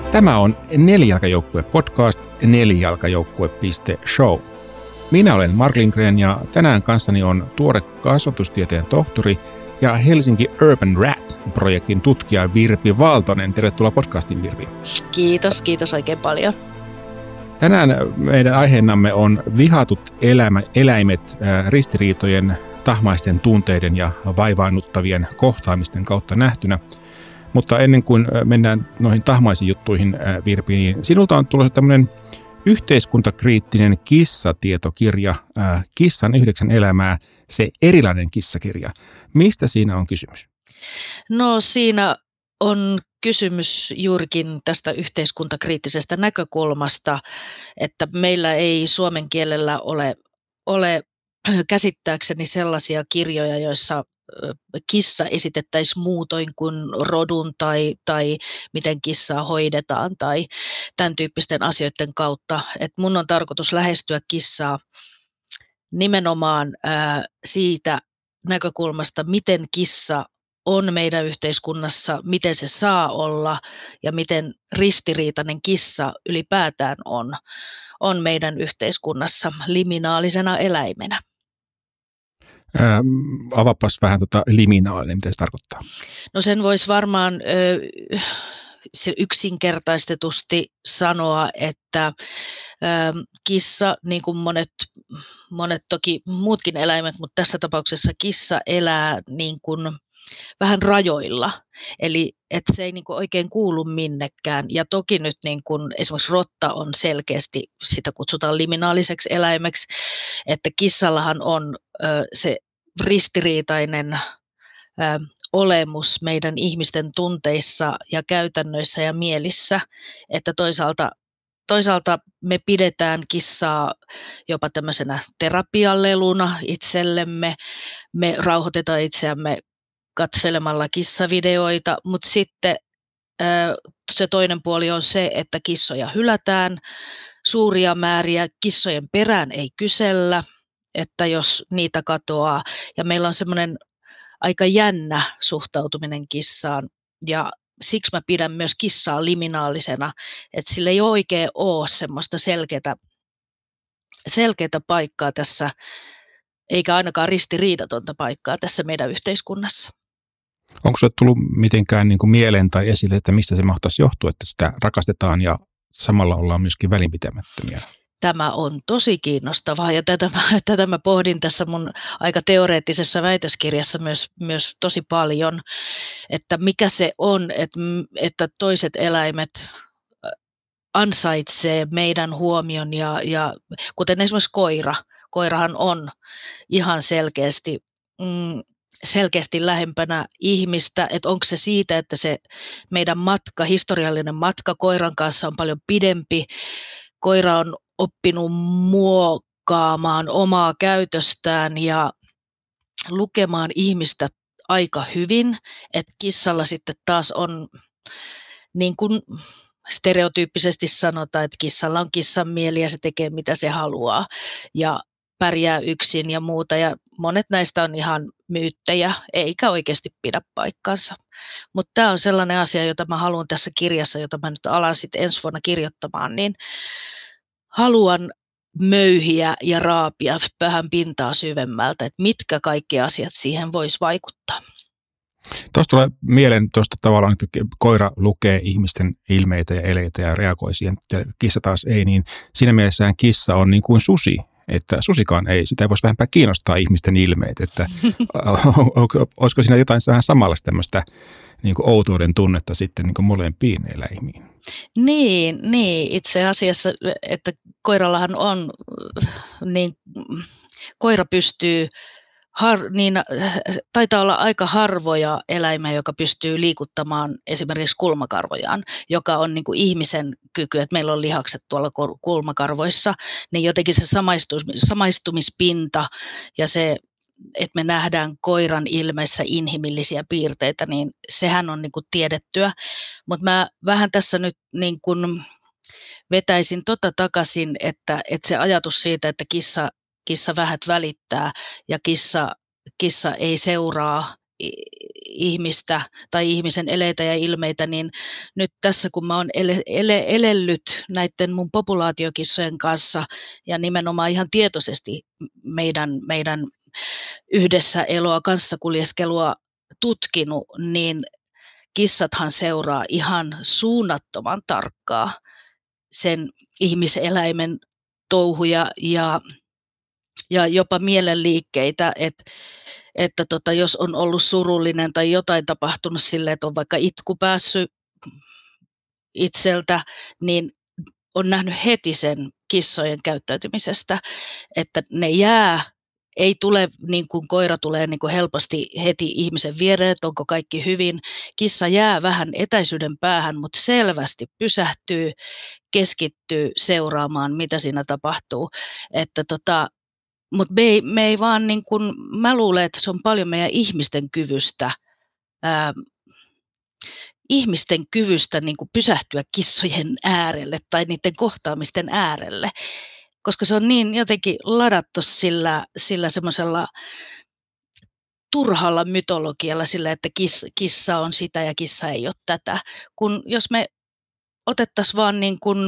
Tämä on Nelijalkajoukkue podcast, nelijalkajoukkue.show. Minä olen Mark Lindgren ja tänään kanssani on tuore kasvatustieteen tohtori ja Helsinki Urban Rat-projektin tutkija Virpi Valtonen. Tervetuloa podcastiin, Virpi. Kiitos oikein paljon. Tänään meidän aiheenamme on vihatut eläimet ristiriitojen, tahmaisten tunteiden ja vaivaannuttavien kohtaamisten kautta nähtynä. Mutta ennen kuin mennään noihin tahmaisiin juttuihin, Virpi, niin sinulta on tulossa tämmöinen yhteiskuntakriittinen kissatietokirja, Kissan 9 elämää, se erilainen kissakirja. Mistä siinä on kysymys? No siinä on kysymys juurikin tästä yhteiskuntakriittisestä näkökulmasta, että meillä ei suomen kielellä ole käsittääkseni sellaisia kirjoja, joissa kissa esitettäisiin muutoin kuin rodun tai miten kissaa hoidetaan tai tämän tyyppisten asioiden kautta. Et mun on tarkoitus lähestyä kissaa nimenomaan siitä näkökulmasta, miten kissa on meidän yhteiskunnassa, miten se saa olla ja miten ristiriitainen kissa ylipäätään on meidän yhteiskunnassa liminaalisena eläimenä. Avaapas vähän liminaalinen, mitä se tarkoittaa. No sen voisi varmaan yksinkertaistetusti sanoa, että kissa, niin kuin monet toki muutkin eläimet, mutta tässä tapauksessa kissa elää niin kuin vähän rajoilla, eli että se ei niin kuin oikein kuulu minnekään. Ja toki nyt niin kuin esimerkiksi rotta on selkeästi, sitä kutsutaan liminaaliseksi eläimeksi, että kissallahan on se ristiriitainen olemus meidän ihmisten tunteissa ja käytännöissä ja mielissä, että toisaalta me pidetään kissaa jopa tämmöisenä terapialeluna itsellemme, me rauhoitetaan itseämme katselemalla kissavideoita, mutta sitten se toinen puoli on se, että kissoja hylätään suuria määriä, kissojen perään ei kysellä, että jos niitä katoaa, ja meillä on semmoinen aika jännä suhtautuminen kissaan, ja siksi mä pidän myös kissaa liminaalisena, että sillä ei oikein ole semmoista selkeätä paikkaa tässä, eikä ainakaan ristiriidatonta paikkaa tässä meidän yhteiskunnassa. Onko se tullut mitenkään niin kuin mieleen tai esille, että mistä se mahtaisi johtua, että sitä rakastetaan ja samalla ollaan myöskin välinpitämättömiä? Tämä on tosi kiinnostavaa ja tätä mä pohdin tässä mun aika teoreettisessa väitöskirjassa myös tosi paljon, että mikä se on, että toiset eläimet ansaitsee meidän huomion ja kuten esimerkiksi koirahan on ihan selkeästi lähempänä ihmistä, että onko se siitä, että se meidän historiallinen matka koiran kanssa on paljon pidempi, koira on oppinut muokkaamaan omaa käytöstään ja lukemaan ihmistä aika hyvin, että kissalla sitten taas on, niin kuin stereotyyppisesti sanotaan, että kissalla on kissan mieli ja se tekee mitä se haluaa ja pärjää yksin ja muuta, ja monet näistä on ihan myyttejä eikä oikeasti pidä paikkaansa. Mutta tämä on sellainen asia, jota mä haluan tässä kirjassa, jota mä nyt alan sitten ensi vuonna kirjoittamaan, niin haluan möyhiä ja raapia vähän pintaa syvemmältä, että mitkä kaikki asiat siihen vois vaikuttaa. Tuosta tulee mieleen tavallaan, että koira lukee ihmisten ilmeitä ja eleitä ja reagoi siihen, ja kissa taas ei, niin siinä mielessään kissa on niin kuin susi, että susikaan ei, sitä ei voisi vähempää kiinnostaa ihmisten ilmeet, että olisiko siinä jotain vähän samanlaista tämmöistä niin kuin outouden tunnetta sitten niin kuin molempiin eläimiin? Niin, itse asiassa, että koirallahan on, niin koira pystyy, taitaa olla aika harvoja eläimiä, joka pystyy liikuttamaan esimerkiksi kulmakarvojaan, joka on niin kuin ihmisen kyky, että meillä on lihakset tuolla kulmakarvoissa, niin jotenkin se samaistumispinta ja se, että me nähdään koiran ilmeessä inhimillisiä piirteitä, niin sehän on niin kuin tiedettyä, mutta mä vähän tässä nyt niin kuin vetäisin takaisin, että se ajatus siitä, että kissa vähät välittää ja kissa ei seuraa ihmistä tai ihmisen eleitä ja ilmeitä, niin nyt tässä kun mä oon elellyt näiden mun populaatiokissojen kanssa ja nimenomaan ihan tietoisesti meidän yhdessä eloa, kanssakuljeskelua tutkinut, niin kissathan seuraa ihan suunnattoman tarkkaa sen ihmiseläimen touhuja ja jopa mielenliikkeitä, että jos on ollut surullinen tai jotain tapahtunut silleen, että on vaikka itku päässyt itseltä, niin on nähnyt heti sen kissojen käyttäytymisestä, että ne ei tule niin kuin koira tulee niin kuin helposti heti ihmisen viereen, että onko kaikki hyvin. Kissa jää vähän etäisyyden päähän, mutta selvästi pysähtyy, keskittyy seuraamaan, mitä siinä tapahtuu. Mutta me ei vaan niin kuin, mä luulen, että se on paljon meidän ihmisten kyvystä niin kuin pysähtyä kissojen äärelle tai niiden kohtaamisten äärelle, koska se on niin jotenkin ladattu sillä semmoisella turhalla mytologialla sillä, että kissa on sitä ja kissa ei ole tätä. Kun jos me otettaisiin vaan niin kuin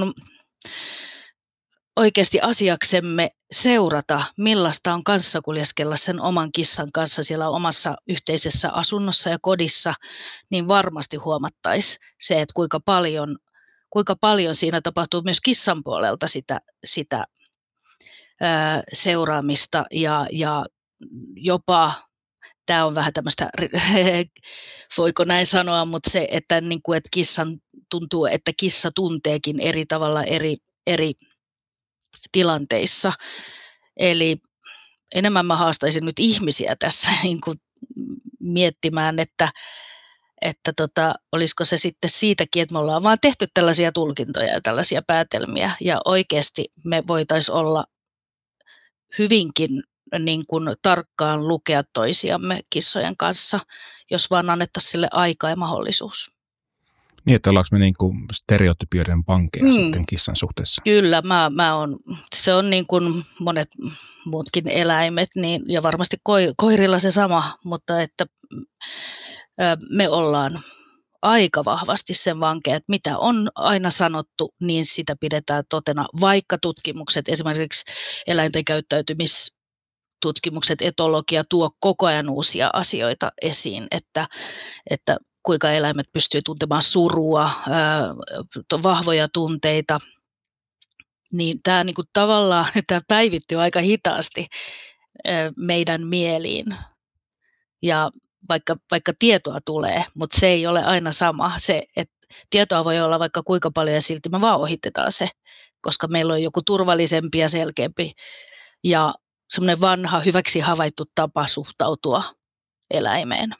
oikeasti asiaksemme seurata, millaista on kanssakuljeskella sen oman kissan kanssa siellä omassa yhteisessä asunnossa ja kodissa, niin varmasti huomattaisiin se, että kuinka paljon siinä tapahtuu myös kissan puolelta sitä seuraamista ja jopa, tämä on vähän tämmöistä, voiko näin sanoa, mutta se, että, niin kuin, että kissan tuntuu, että kissa tunteekin eri tavalla eri tilanteissa. Eli enemmän mä haastaisin nyt ihmisiä tässä niin kuin miettimään, että olisiko se sitten siitäkin, että me ollaan vaan tehty tällaisia tulkintoja ja tällaisia päätelmiä, ja oikeasti me voitaisiin olla hyvinkin niin kuin tarkkaan lukea toisiamme kissojen kanssa, jos vaan annettaisiin sille aika ja mahdollisuus. Niin, että ollaanko me niin kuin stereotypioiden vankeja sitten kissan suhteessa? Kyllä, se on niin kuin monet muutkin eläimet, niin, ja varmasti koirilla se sama, mutta että me ollaan aika vahvasti sen vankeja, että mitä on aina sanottu, niin sitä pidetään totena, vaikka tutkimukset, esimerkiksi eläinten käyttäytymistutkimukset, etologia tuo koko ajan uusia asioita esiin, että kuinka eläimet pystyy tuntemaan surua, vahvoja tunteita, niin tämä niinku tavallaan tämä päivittyy aika hitaasti meidän mieliin. Ja vaikka tietoa tulee, mutta se ei ole aina sama. Tietoa voi olla vaikka kuinka paljon ja silti me vaan ohitetaan se, koska meillä on joku turvallisempi ja selkeämpi ja semmoinen vanha, hyväksi havaittu tapa suhtautua eläimeen.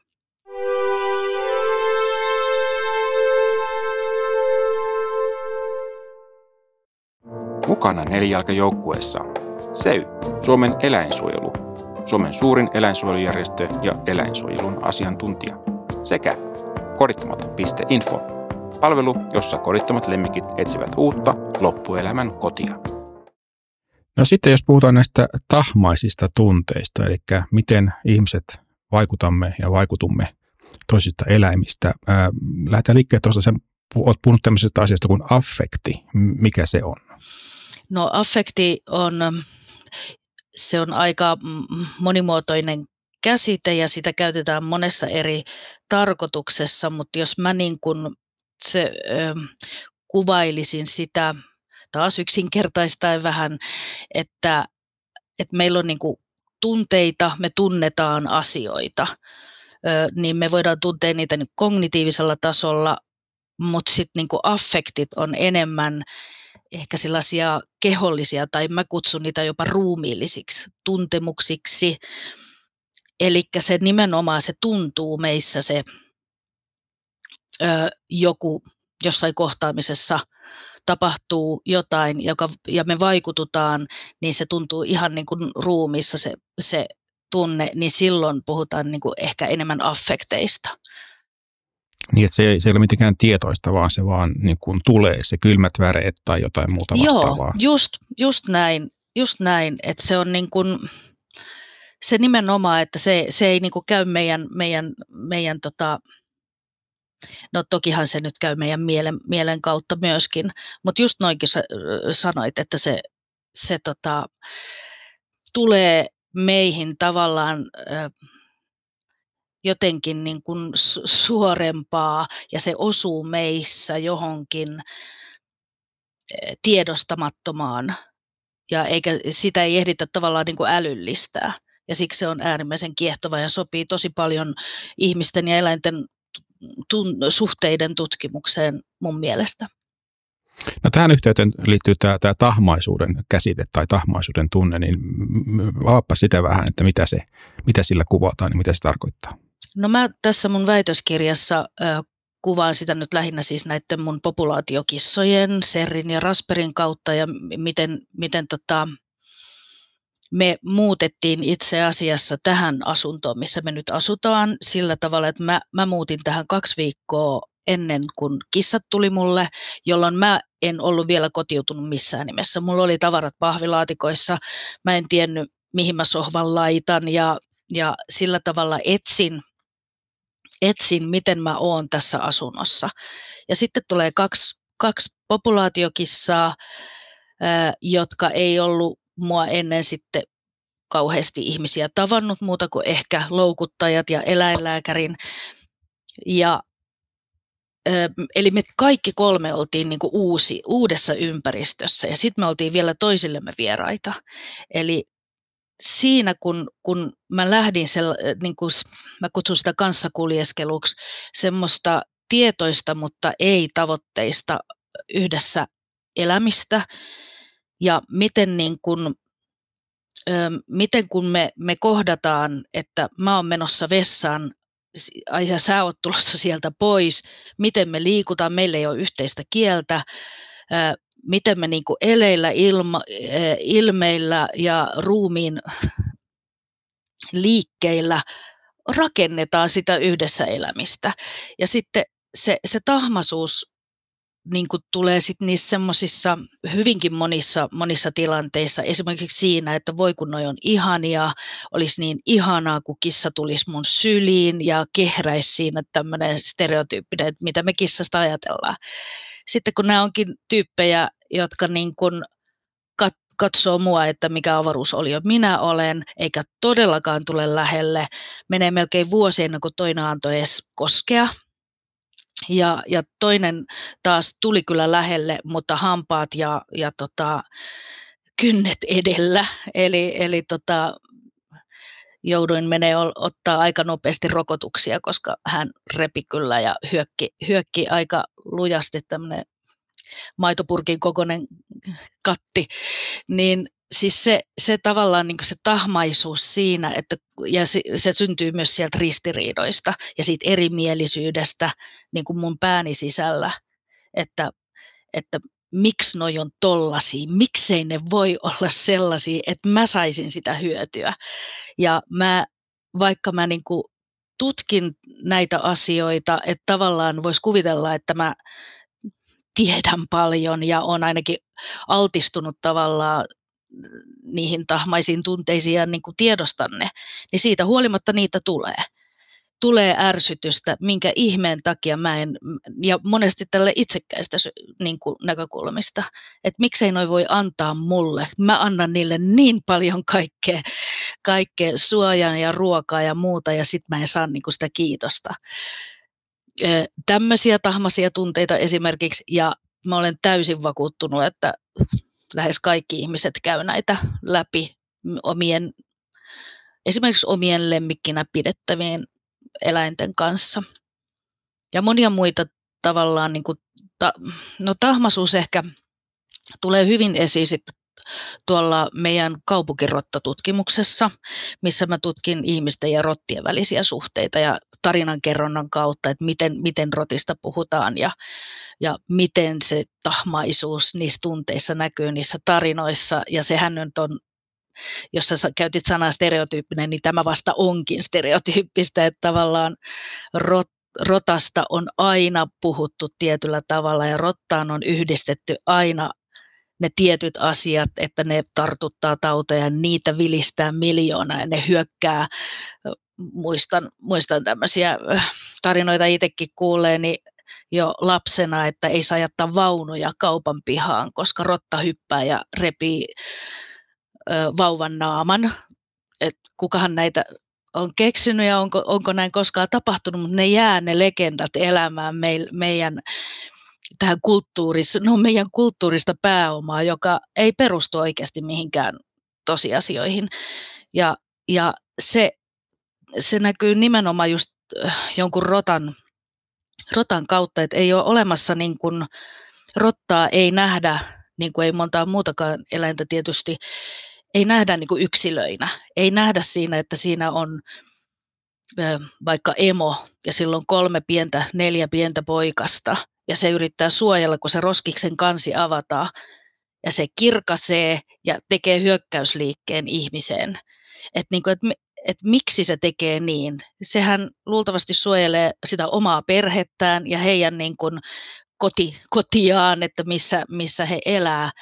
Mukana nelijalkajoukkueessa SEY, Suomen eläinsuojelu, Suomen suurin eläinsuojelujärjestö ja eläinsuojelun asiantuntija, sekä kodittomat.info, palvelu, jossa kodittomat lemmikit etsivät uutta loppuelämän kotia. No sitten jos puhutaan näistä tahmaisista tunteista, eli miten ihmiset vaikutamme ja vaikutumme toisista eläimistä. Lähdetään liikkeelle tuosta, olet puhunut tämmöisestä asiasta kuin affekti. Mikä se on? No affekti se on aika monimuotoinen käsite ja sitä käytetään monessa eri tarkoituksessa, mutta jos mä niin kuin kuvailisin sitä taas yksinkertaistaen vähän, että meillä on niin kuin tunteita, me tunnetaan asioita, niin me voidaan tuntea niitä nyt kognitiivisella tasolla, mutta sitten niin kuin affektit on enemmän ehkä sellaisia kehollisia, tai mä kutsun niitä jopa ruumiillisiksi tuntemuksiksi. Eli se nimenomaan se tuntuu meissä se joku jossain kohtaamisessa tapahtuu jotain, ja me vaikututaan, niin se tuntuu ihan niin kuin ruumiissa se tunne, niin silloin puhutaan niin kuin ehkä enemmän affekteista. Niin, että se ei ole mitenkään tietoista, vaan se vaan niin kuin tulee, se kylmät väreet tai jotain muuta vastaavaa. Joo, just näin, että se on niin kuin, se nimenomaan, että se ei niin kuin käy meidän no tokihan se nyt käy meidän mielen kautta myöskin, mutta just noinkin sä sanoit, että se tulee meihin tavallaan jotenkin niin kuin suorempaa ja se osuu meissä johonkin tiedostamattomaan ja sitä ei ehditä tavallaan niin kuin älyllistää. Ja siksi se on äärimmäisen kiehtova ja sopii tosi paljon ihmisten ja eläinten suhteiden tutkimukseen mun mielestä. No tähän yhteyteen liittyy tämä tahmaisuuden käsite tai tahmaisuuden tunne, niin avaappa sitä vähän, että mitä sillä kuvataan ja mitä se tarkoittaa. No mä tässä mun väitöskirjassa kuvaan sitä nyt lähinnä siis näiden mun populaatiokissojen, Serrin ja Rasperin kautta ja miten me muutettiin itse asiassa tähän asuntoon, missä me nyt asutaan sillä tavalla, että mä muutin tähän 2 viikkoa ennen kuin kissat tuli mulle, jolloin mä en ollut vielä kotiutunut missään nimessä. Mulla oli tavarat pahvilaatikoissa, mä en tiennyt mihin mä sohvan laitan ja sillä tavalla etsin, miten mä oon tässä asunnossa. Ja sitten tulee kaksi populaatiokissaa, jotka ei ollut mua ennen sitten kauheasti ihmisiä tavannut muuta kuin ehkä loukuttajat ja eläinlääkärin. Eli me kaikki 3 oltiin niin kuin uudessa ympäristössä ja sitten me oltiin vielä toisillemme vieraita. Eli siinä kun mä lähdin, niin kuin mä kutsun sitä kanssakuljeskeluksi, semmoista tietoista, mutta ei tavoitteista yhdessä elämistä ja miten kun me kohdataan, että mä oon menossa vessaan, ja sä oot tulossa sieltä pois, miten me liikutaan, meillä ei ole yhteistä kieltä, miten me niin kuin eleillä, ilmeillä ja ruumiin liikkeillä rakennetaan sitä yhdessä elämistä. Ja sitten se tahmaisuus niin kuin tulee sitten niissä semmoisissa hyvinkin monissa tilanteissa, esimerkiksi siinä, että voi kun noi on ihania, olisi niin ihanaa, kun kissa tulisi mun syliin ja kehräisi siinä tämmöinen stereotyyppinen, että mitä me kissasta ajatellaan. Sitten kun nämä onkin tyyppejä, jotka niin kuin katsoo mua, että mikä avaruusolio minä olen, eikä todellakaan tule lähelle, menee melkein vuosi ennen kuin toinen antoi edes koskea. Ja toinen taas tuli kyllä lähelle, mutta hampaat ja kynnet edellä. Eli jouduin ottaa aika nopeasti rokotuksia, koska hän repi kyllä ja hyökki aika lujasti tämmöinen maitopurkin kokoinen katti. Niin siis se tavallaan niin kuin se tahmaisuus siinä, ja se syntyy myös sieltä ristiriidoista ja siitä erimielisyydestä niin kuin mun pääni sisällä, että miksi noi on tollasia, miksei ne voi olla sellaisia, että mä saisin sitä hyötyä. Ja vaikka mä niin kuin tutkin näitä asioita, että tavallaan voisi kuvitella, että mä tiedän paljon ja olen ainakin altistunut tavallaan niihin tahmaisiin tunteisiin ja niin kuin tiedostan ne, niin siitä huolimatta niitä tulee. Tulee ärsytystä, minkä ihmeen takia ja monesti tälle itsekkäistä niin kuin näkökulmista, että miksei noi voi antaa mulle. Mä annan niille niin paljon kaikkea suojaa ja ruokaa ja muuta, ja sit mä en saa niin kuin sitä kiitosta. Tämmöisiä tahmaisia tunteita esimerkiksi, ja mä olen täysin vakuuttunut, että lähes kaikki ihmiset käy näitä läpi esimerkiksi omien lemmikkinä pidettävien eläinten kanssa. Ja monia muita tavallaan, niin kuin, tahmaisuus ehkä tulee hyvin esiin tuolla meidän kaupunkirotta-tutkimuksessa, missä mä tutkin ihmisten ja rottien välisiä suhteita ja tarinankerronnan kautta, että miten rotista puhutaan ja miten se tahmaisuus niissä tunteissa näkyy niissä tarinoissa. Ja sehän nyt on, jos sä käytit sanaa stereotyyppinen, niin tämä vasta onkin stereotyyppistä, että tavallaan rotasta on aina puhuttu tietyllä tavalla ja rottaan on yhdistetty aina ne tietyt asiat, että ne tartuttaa tauteja, niitä vilistää miljoonaa ja ne hyökkää. Muistan tämmöisiä tarinoita itsekin kuulleeni jo lapsena, että ei saa jättää vaunuja kaupan pihaan, koska rotta hyppää ja repii vauvan naaman. Et kukahan näitä on keksinyt ja onko näin koskaan tapahtunut, mutta ne jää ne legendat elämään meidän tähän meidän kulttuurista pääomaa, joka ei perustu oikeasti mihinkään tosiasioihin. Ja se näkyy nimenomaan just jonkun rotan kautta, että ei ole olemassa niin kuin, rottaa ei nähdä, niin kuin ei montaa muutakaan eläintä tietysti, ei nähdä niin kuin yksilöinä. Ei nähdä siinä, että siinä on vaikka emo ja silloin 4 pientä poikasta ja se yrittää suojella, kun se roskiksen kansi avataan ja se kirkasee ja tekee hyökkäysliikkeen ihmiseen. Että miksi se tekee niin? Sehän luultavasti suojelee sitä omaa perhettään ja heidän niin kuin kotiaan, että missä he elää,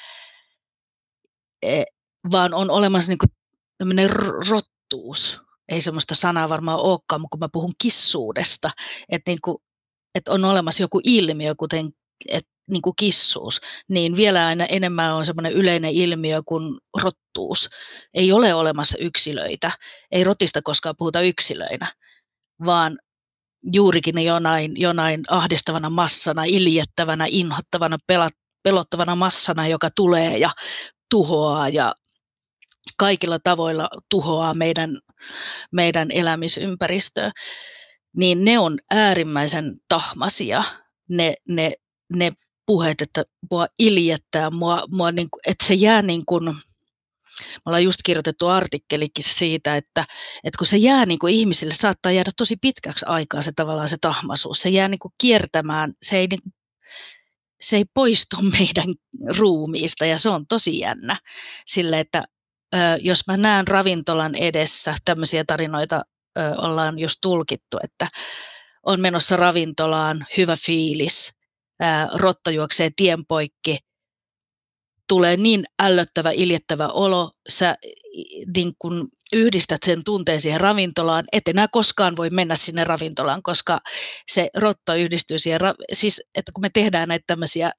vaan on olemassa niin kuin tämmöinen rottuus. Ei semmoista sanaa varmaan olekaan, kun mä puhun kissuudesta, että on olemassa joku ilmiö, kuten niin kuin kissuus, niin vielä aina enemmän on semmoinen yleinen ilmiö kuin rottuus. Ei ole olemassa yksilöitä, ei rotista koskaan puhuta yksilöinä, vaan juurikin ne jonain ahdistavana massana, iljettävänä, inhottavana, pelottavana massana, joka tulee ja tuhoaa ja kaikilla tavoilla tuhoaa meidän elämisympäristöä, niin ne on äärimmäisen tahmaisia, ne puheet, että mua iljettää, mua niin kuin, että se jää niin kuin, me ollaan just kirjoitettu artikkelikin siitä, että kun se jää niin kuin ihmisille, saattaa jäädä tosi pitkäksi aikaa se tavallaan se tahmaisuus, se jää niin kuin kiertämään, se ei poistu meidän ruumiista ja se on tosi jännä sille, että jos mä näen ravintolan edessä, tämmöisiä tarinoita ollaan just tulkittu, että on menossa ravintolaan, hyvä fiilis, rotta juoksee tien poikki, tulee niin ällöttävä, iljettävä olo, sä niin kun yhdistät sen tunteen siihen ravintolaan, et enää koskaan voi mennä sinne ravintolaan, koska se rotta yhdistyy siihen, siis että kun me tehdään näitä tämmöisiä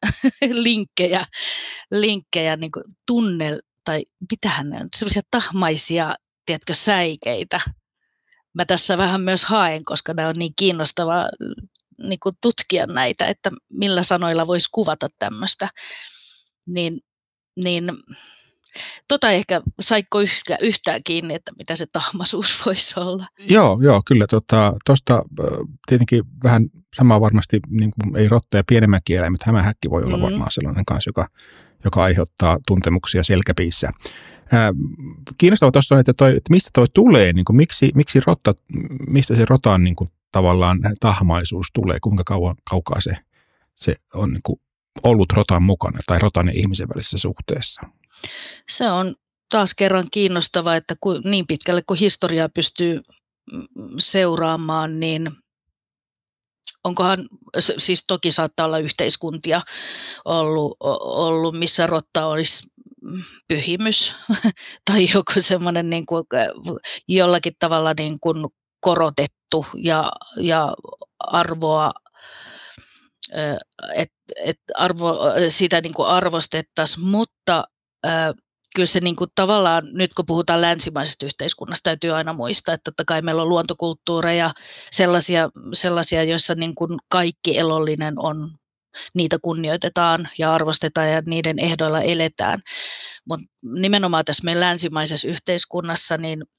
linkkejä niin kuin tai mitähän ne on, sellaisia tahmaisia, tiedätkö, säikeitä. Mä tässä vähän myös haen, koska nämä on niin kiinnostavaa niin kuin tutkia näitä, että millä sanoilla voisi kuvata tämmöistä. Niin ehkä saiko yhtään kiinni, että mitä se tahmaisuus voisi olla? Joo, kyllä. Tuosta tietenkin vähän samaa varmasti, niin kuin ei rotta ja pienemmäkin eläimet, hämähäkki voi olla varmaan sellainen kanssa, joka aiheuttaa tuntemuksia selkäpiissä. Kiinnostavaa tuossa on, että mistä toi tulee, niin kuin mistä se rotan niin kuin tavallaan tahmaisuus tulee, kuinka kaukaa se on niin kuin ollut rotan mukana tai rotan ja ihmisen välisessä suhteessa? Se on taas kerran kiinnostavaa, että niin pitkälle kuin historiaa pystyy seuraamaan, niin onkohan, siis toki saattaa olla yhteiskuntia ollut missä rotta olisi pyhimys tai joku semmoinen niin kuin jollakin tavalla niin kuin korotettu ja arvoa, että sitä niin kuin arvostettaisiin, mutta kyllä se niin kuin tavallaan, nyt kun puhutaan länsimaisesta yhteiskunnasta, täytyy aina muistaa, että totta kai meillä on luontokulttuureja, sellaisia joissa niin kuin kaikki elollinen on, niitä kunnioitetaan ja arvostetaan ja niiden ehdoilla eletään. Mutta nimenomaan tässä meidän länsimaisessa yhteiskunnassa,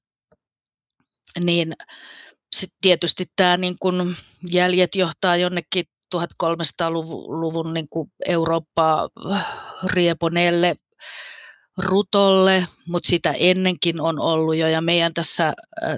niin sit tietysti tämä niin kun jäljet johtaa jonnekin 1300-luvun niin kuin Eurooppaa rieponeelle rutolle, mutta sitä ennenkin on ollut jo, ja meidän tässä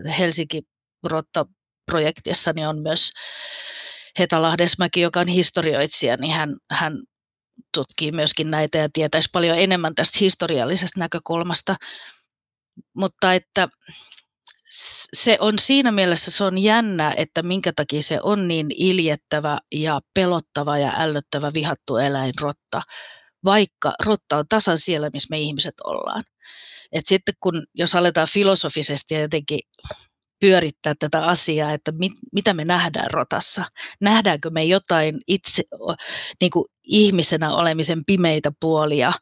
Helsinki-rotta-projektissa niin on myös Heta Lahdesmäki, joka on historioitsija, niin hän tutkii myöskin näitä ja tietäisi paljon enemmän tästä historiallisesta näkökulmasta, mutta että se on siinä mielessä se on jännä, että minkä takia se on niin iljettävä ja pelottava ja ällöttävä vihattu eläin rotta, vaikka rotta on tasan siellä, missä me ihmiset ollaan. Et sitten jos aletaan filosofisesti ja jotenkin pyörittää tätä asiaa, että mitä me nähdään rotassa. Nähdäänkö me jotain itse niin kuin ihmisenä olemisen pimeitä puolia,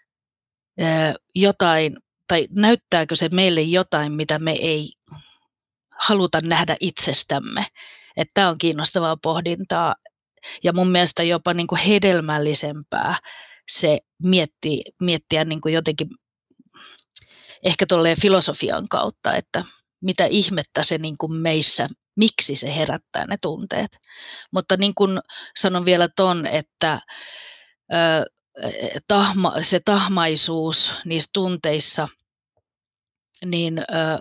jotain, tai näyttääkö se meille jotain, mitä me ei haluta nähdä itsestämme. Tämä on kiinnostavaa pohdintaa ja mun mielestä jopa niin kuin hedelmällisempää se miettiä niin kuin jotenkin ehkä tolleen filosofian kautta, että mitä ihmettä se niin kuin meissä, miksi se herättää ne tunteet. Mutta niin kuin sanon vielä ton, että se tahmaisuus niissä tunteissa, niin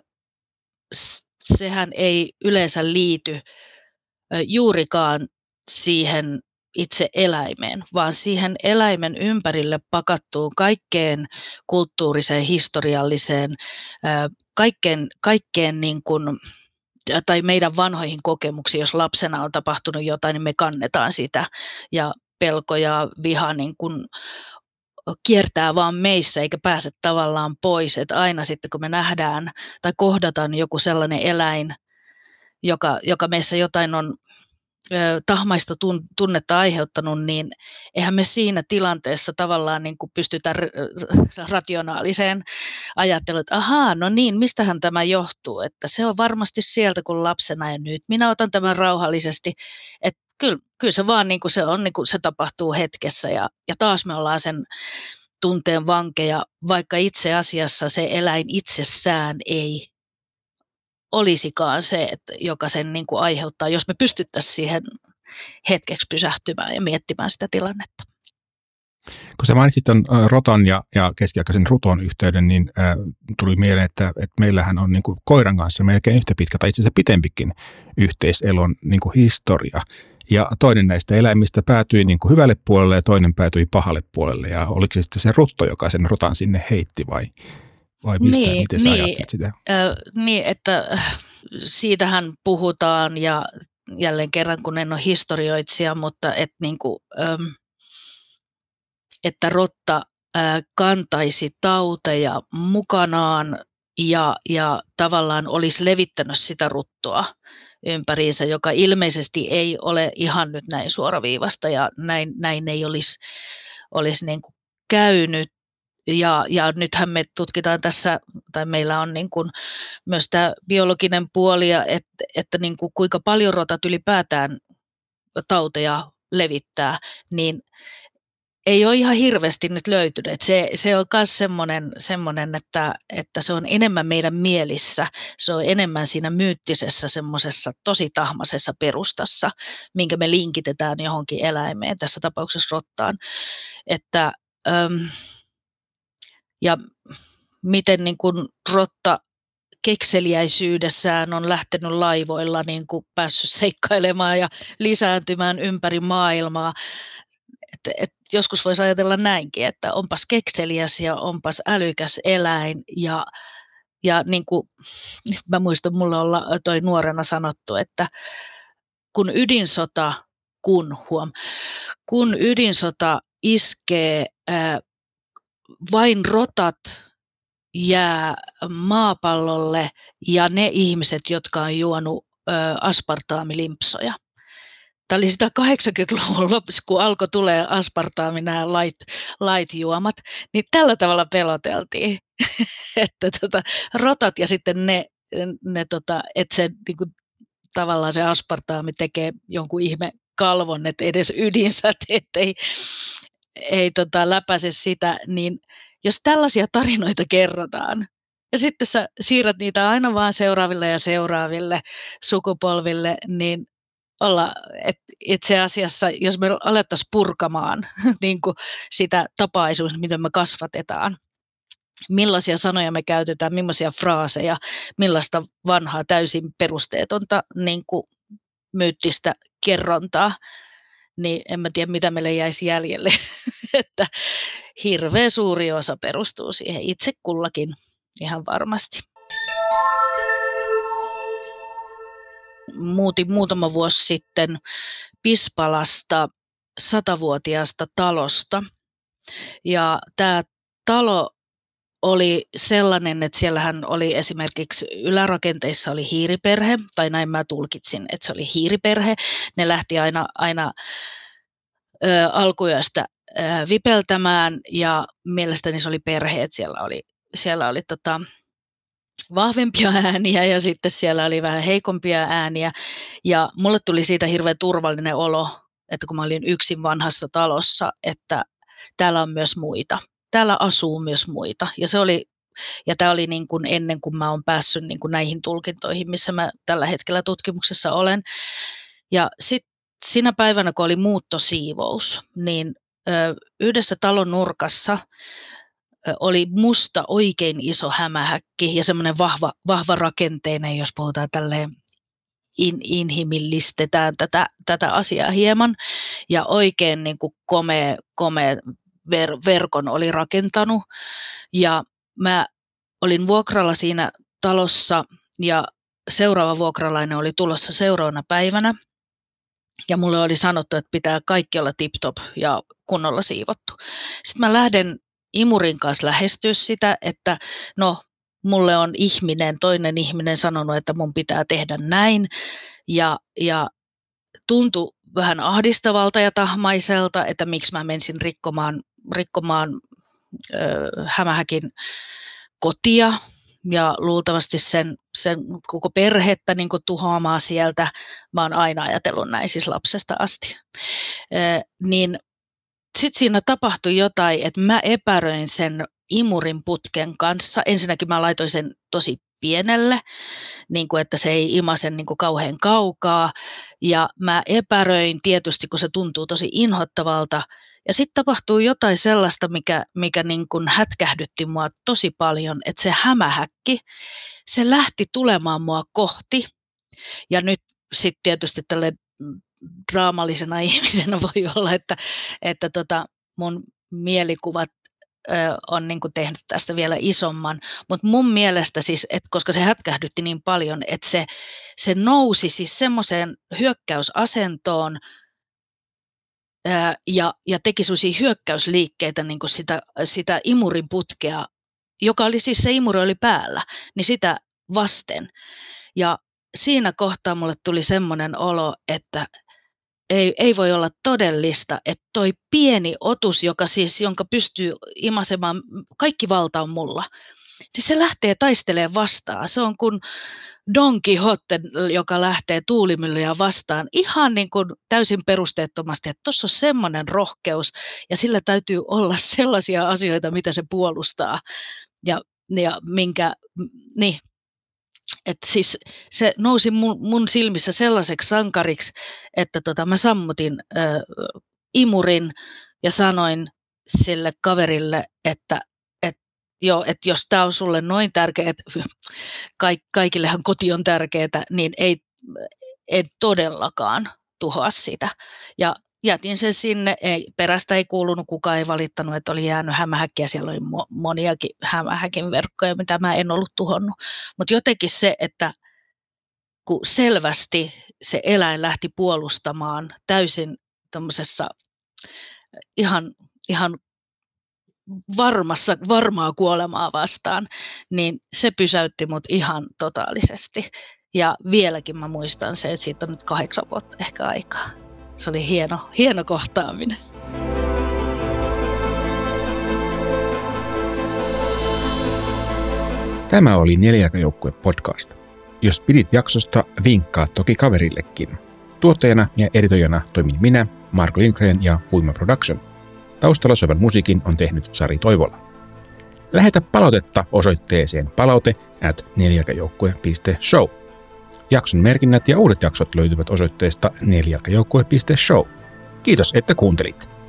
sehän ei yleensä liity juurikaan siihen itse eläimeen, vaan siihen eläimen ympärille pakattuun kaikkeen kulttuuriseen, historialliseen, kaikkeen niin kuin, tai meidän vanhoihin kokemuksiin, jos lapsena on tapahtunut jotain, niin me kannetaan sitä ja pelko ja viha niin kuin kiertää vaan meissä eikä pääse tavallaan pois, että aina sitten kun me nähdään tai kohdataan joku sellainen eläin, joka meissä jotain on tahmaista tunnetta aiheuttanut, niin eihän me siinä tilanteessa tavallaan niin kuin pystytä rationaaliseen ajatteluun, että ahaa, no niin, mistähän tämä johtuu, että se on varmasti sieltä kun lapsena ja nyt minä otan tämän rauhallisesti, että kyllä se vaan niin kuin se on, niin kuin se tapahtuu hetkessä ja taas me ollaan sen tunteen vankeja, vaikka itse asiassa se eläin itsessään ei olisikaan se, että joka sen niin kuin aiheuttaa, jos me pystyttäisiin siihen hetkeksi pysähtymään ja miettimään sitä tilannetta. Kun sä mainitsit ton roton ja keskiaikaisen ruton yhteyden, niin tuli mieleen, että meillähän on niin kuin koiran kanssa melkein yhtä pitkä tai itse asiassa pitempikin yhteiselon niin kuin historia. Ja toinen näistä eläimistä päätyi niin kuin hyvälle puolelle ja toinen päätyi pahalle puolelle. Ja oliko se sitten se rutto, joka sen rotan sinne heitti vai mistä, miten sä ajattelit sitä? Niin, että siitähän puhutaan ja jälleen kerran, kun en ole historioitsija, mutta että rotta kantaisi tauteja mukanaan ja tavallaan olisi levittänyt sitä ruttoa ympäriinsä, joka ilmeisesti ei ole ihan nyt näin suoraviivasta ja näin ei olisi niin kuin käynyt. Ja nythän me tutkitaan tässä, tai meillä on niin kuin myös tämä biologinen puoli, että niin kuin kuinka paljon rotat ylipäätään tauteja levittää, niin ei ole ihan hirveästi nyt löytynyt. Se on myös semmoinen että se on enemmän meidän mielissä, se on enemmän siinä myyttisessä semmoisessa tosi tahmaisessa perustassa, minkä me linkitetään johonkin eläimeen, tässä tapauksessa rottaan. Ja miten niin kuin rotta kekseliäisyydessään on lähtenyt laivoilla niin kuin päässyt seikkailemaan ja lisääntymään ympäri maailmaa. Joskus voisi ajatella näinkin, että onpas kekseliäs ja onpas älykäs eläin ja niin kuin mä muistan, mulle on toi nuorena sanottu, että kun ydin-sota iskee, vain rotat jää maapallolle ja ne ihmiset, jotka on juonut aspartaamilimpsoja. Tämä oli sitä 80-luvun lopussa, kun alkoi tulee aspartaami, nämä light-juomat, niin tällä tavalla peloteltiin, että rotat ja sitten että se niin kuin, tavallaan se aspartaami tekee jonkun ihme kalvon, että edes ydinsäteet ei läpäise sitä, niin jos tällaisia tarinoita kerrotaan, ja sitten sä siirrät niitä aina vaan seuraaville ja seuraaville sukupolville, niin itse asiassa, jos me alettaisiin purkamaan niin kuin sitä tapaisuutta, miten me kasvatetaan, millaisia sanoja me käytetään, millaisia fraaseja, millaista vanhaa täysin perusteetonta niin kuin myyttistä kerrontaa, niin en mä tiedä, mitä meille jäisi jäljelle. Että hirveän suuri osa perustuu siihen itse kullakin ihan varmasti. Muutin muutama vuosi sitten Pispalasta 100-vuotiaasta talosta Ja tämä talo oli sellainen, että siellähän oli esimerkiksi ylärakenteissa oli hiiriperhe, tai näin mä tulkitsin, että se oli hiiriperhe. Ne lähti aina alkuyöstä vipeltämään, ja mielestäni se oli perhe, että siellä oli vahvempia ääniä ja sitten siellä oli vähän heikompia ääniä, ja mulle tuli siitä hirveän turvallinen olo, että kun mä olin yksin vanhassa talossa, että täällä on myös muita. Täällä asuu myös muita, ja tämä oli niin kuin ennen kuin mä oon päässyt niin kuin näihin tulkintoihin, missä mä tällä hetkellä tutkimuksessa olen. Ja sitten siinä päivänä, kun oli muuttosiivous, niin yhdessä talon nurkassa oli musta oikein iso hämähäkki ja semmoinen vahva rakenteinen, jos puhutaan tälleen inhimillistetään tätä asiaa hieman, ja oikein niin kuin komea verkon oli rakentanut, ja mä olin vuokralla siinä talossa, ja seuraava vuokralainen oli tulossa seuraavana päivänä, ja mulle oli sanottu, että pitää kaikki olla tip-top ja kunnolla siivottu. Sitten mä lähden imurin kanssa lähestyä sitä, että no, mulle on toinen ihminen sanonut, että mun pitää tehdä näin, ja tuntui vähän ahdistavalta ja tahmaiselta, että miksi mä menisin rikkomaan hämähäkin kotia ja luultavasti sen koko perhettä niin kuin tuhoamaan sieltä. Mä oon aina ajatellut näin siis lapsesta asti. Niin sitten siinä tapahtui jotain, että mä epäröin sen imurin putken kanssa. Ensinnäkin mä laitoin sen tosi pienelle, niin kuin että se ei imase niin kuin kauhean kaukaa. Ja mä epäröin tietysti, kun se tuntuu tosi inhottavalta. Ja sitten tapahtuu jotain sellaista, mikä niin kuin hätkähdytti mua tosi paljon, että se hämähäkki, se lähti tulemaan mua kohti. Ja nyt sitten tietysti tälle draamallisena ihmisenä voi olla, että mun mielikuvat on niin kuin tehnyt tästä vielä isomman. Mutta mun mielestä siis, että koska se hätkähdytti niin paljon, että se nousi siis semmoiseen hyökkäysasentoon, ja teki sellaisia hyökkäysliikkeitä niin kuin sitä imurin putkea, joka oli siis se imuri oli päällä, niin sitä vasten. Ja siinä kohtaa mulle tuli semmoinen olo, että ei voi olla todellista, että toi pieni otus, jonka pystyy imasemaan, kaikki valta on mulla. Siis se lähtee taistelemaan vastaan. Se on kuin Don Quixote, joka lähtee tuulimyllyjä vastaan ihan niin kuin täysin perusteettomasti, että tuossa on semmoinen rohkeus ja sillä täytyy olla sellaisia asioita, mitä se puolustaa ja niin. Että siis se nousi mun silmissä sellaiseksi sankariksi, että mä sammutin imurin ja sanoin sille kaverille, että jos tämä on sulle noin tärkeä, että kaikillehan koti on tärkeää, niin ei todellakaan tuhoa sitä. Ja jätin sen sinne, perästä ei kuulunut, kukaan ei valittanut, että oli jäänyt hämähäkkiä, siellä oli moniakin hämähäkin verkkoja, mitä mä en ollut tuhonnut. Mutta jotenkin se, että kun selvästi se eläin lähti puolustamaan täysin tämmöisessä ihan varmaa kuolemaa vastaan, niin se pysäytti mut ihan totaalisesti. Ja vieläkin mä muistan se, että siitä on nyt 8 vuotta ehkä aikaa. Se oli hieno kohtaaminen. Tämä oli Nelijalkajoukkue podcast. Jos pidit jaksosta, vinkkaa toki kaverillekin. Tuottajana ja editoijana toimin minä, Marko Lindgren ja Huima Production. Taustalla soivan musiikin on tehnyt Sari Toivola. Lähetä palautetta osoitteeseen palaute@nelijalkajoukkue.show. Jakson merkinnät ja uudet jaksot löytyvät osoitteesta nelijalkajoukkue.show. Kiitos, että kuuntelit.